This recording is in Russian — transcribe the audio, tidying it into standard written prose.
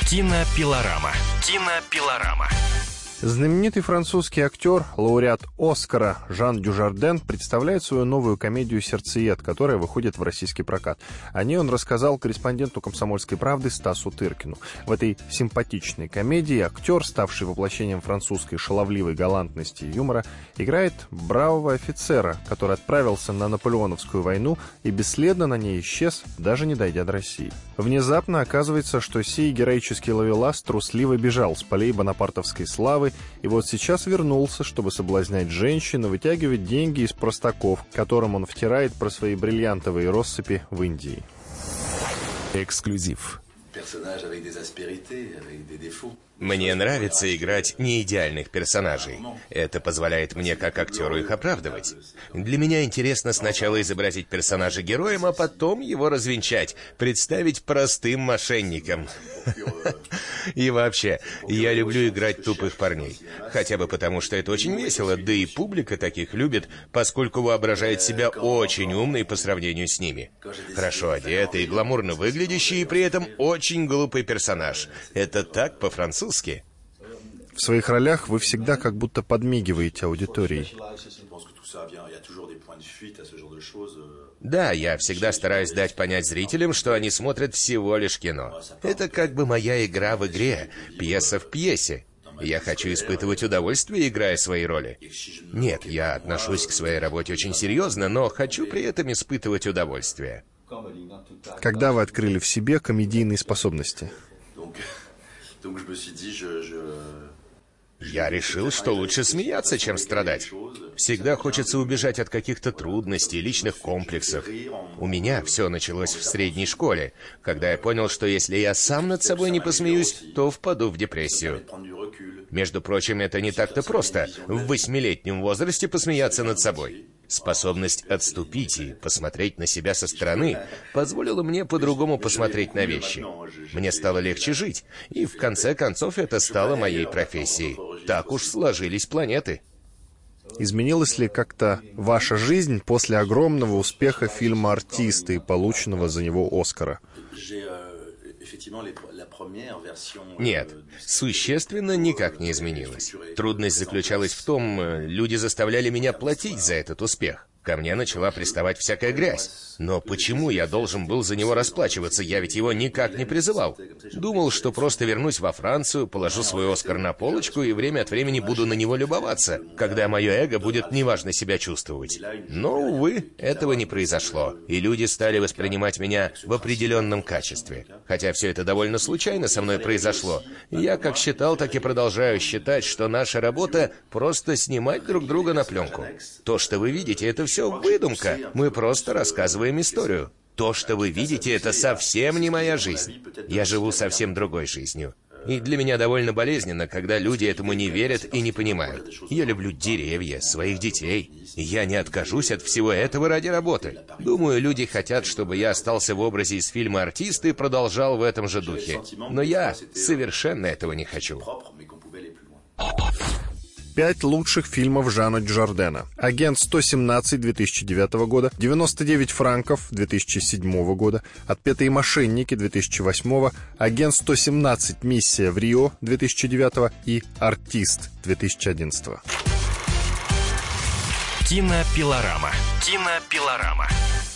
Кинопилорама. Кинопилорама. Знаменитый французский актер, лауреат Оскара Жан Дюжарден представляет свою новую комедию «Сердцеед», которая выходит в российский прокат. О ней он рассказал корреспонденту «Комсомольской правды» Стасу Тыркину. В этой симпатичной комедии актер, ставший воплощением французской шаловливой галантности и юмора, играет бравого офицера, который отправился на Наполеоновскую войну и бесследно на ней исчез, даже не дойдя до России. Внезапно оказывается, что сей героический ловелас трусливо бежал с полей бонапартовской славы, и вот сейчас вернулся, чтобы соблазнять женщин и вытягивать деньги из простаков, которым он втирает про свои бриллиантовые россыпи в Индии. Эксклюзив. Мне нравится играть неидеальных персонажей. Это позволяет мне как актеру их оправдывать. Для меня интересно сначала изобразить персонажа героем, а потом его развенчать, представить простым мошенником. И вообще, я люблю играть тупых парней. Хотя бы потому, что это очень весело, да и публика таких любит, поскольку воображает себя очень умной по сравнению с ними. Хорошо одетый и гламурно выглядящий, и при этом очень глупый персонаж. Это так по-французски. В своих ролях вы всегда как будто подмигиваете аудитории. Да, я всегда стараюсь дать понять зрителям, что они смотрят всего лишь кино. Это как бы моя игра в игре, пьеса в пьесе. Я хочу испытывать удовольствие, играя свои роли. Нет, я отношусь к своей работе очень серьезно, но хочу при этом испытывать удовольствие. Когда вы открыли в себе комедийные способности? Я решил, что лучше смеяться, чем страдать. Всегда хочется убежать от каких-то трудностей, личных комплексов. У меня все началось в средней школе, когда я понял, что если я сам над собой не посмеюсь, то впаду в депрессию. Между прочим, это не так-то просто в 8-летнем возрасте посмеяться над собой. Способность отступить и посмотреть на себя со стороны позволила мне по-другому посмотреть на вещи. Мне стало легче жить, и в конце концов это стало моей профессией. Так уж сложились планеты. Изменилась ли как-то ваша жизнь после огромного успеха фильма «Артисты» и полученного за него Оскара? Нет, существенно никак не изменилось. Трудность заключалась в том, люди заставляли меня платить за этот успех. Ко мне начала приставать всякая грязь. Но почему я должен был за него расплачиваться? Я ведь его никак не призывал. Думал, что просто вернусь во Францию, положу свой Оскар на полочку и время от времени буду на него любоваться, когда мое эго будет неважно себя чувствовать. Но, увы, этого не произошло, и люди стали воспринимать меня в определенном качестве. Хотя все это довольно случайно со мной произошло. Я как считал, так и продолжаю считать, что наша работа — просто снимать друг друга на пленку. То, что вы видите, это все выдумка. Мы просто рассказываем историю. То, что вы видите, это совсем не моя жизнь. Я живу совсем другой жизнью. И для меня довольно болезненно, когда люди этому не верят и не понимают. Я люблю деревья, своих детей. И я не откажусь от всего этого ради работы. Думаю, люди хотят, чтобы я остался в образе из фильма «Артисты» и продолжал в этом же духе. Но я совершенно этого не хочу. 5 лучших фильмов Жана Дюжардена. «Агент 117» 2009 года, «99 франков» 2007 года, «Отпетые мошенники» 2008, «Агент 117. Миссия в Рио» 2009 и «Артист» 2011. Кинопилорама. Кинопилорама.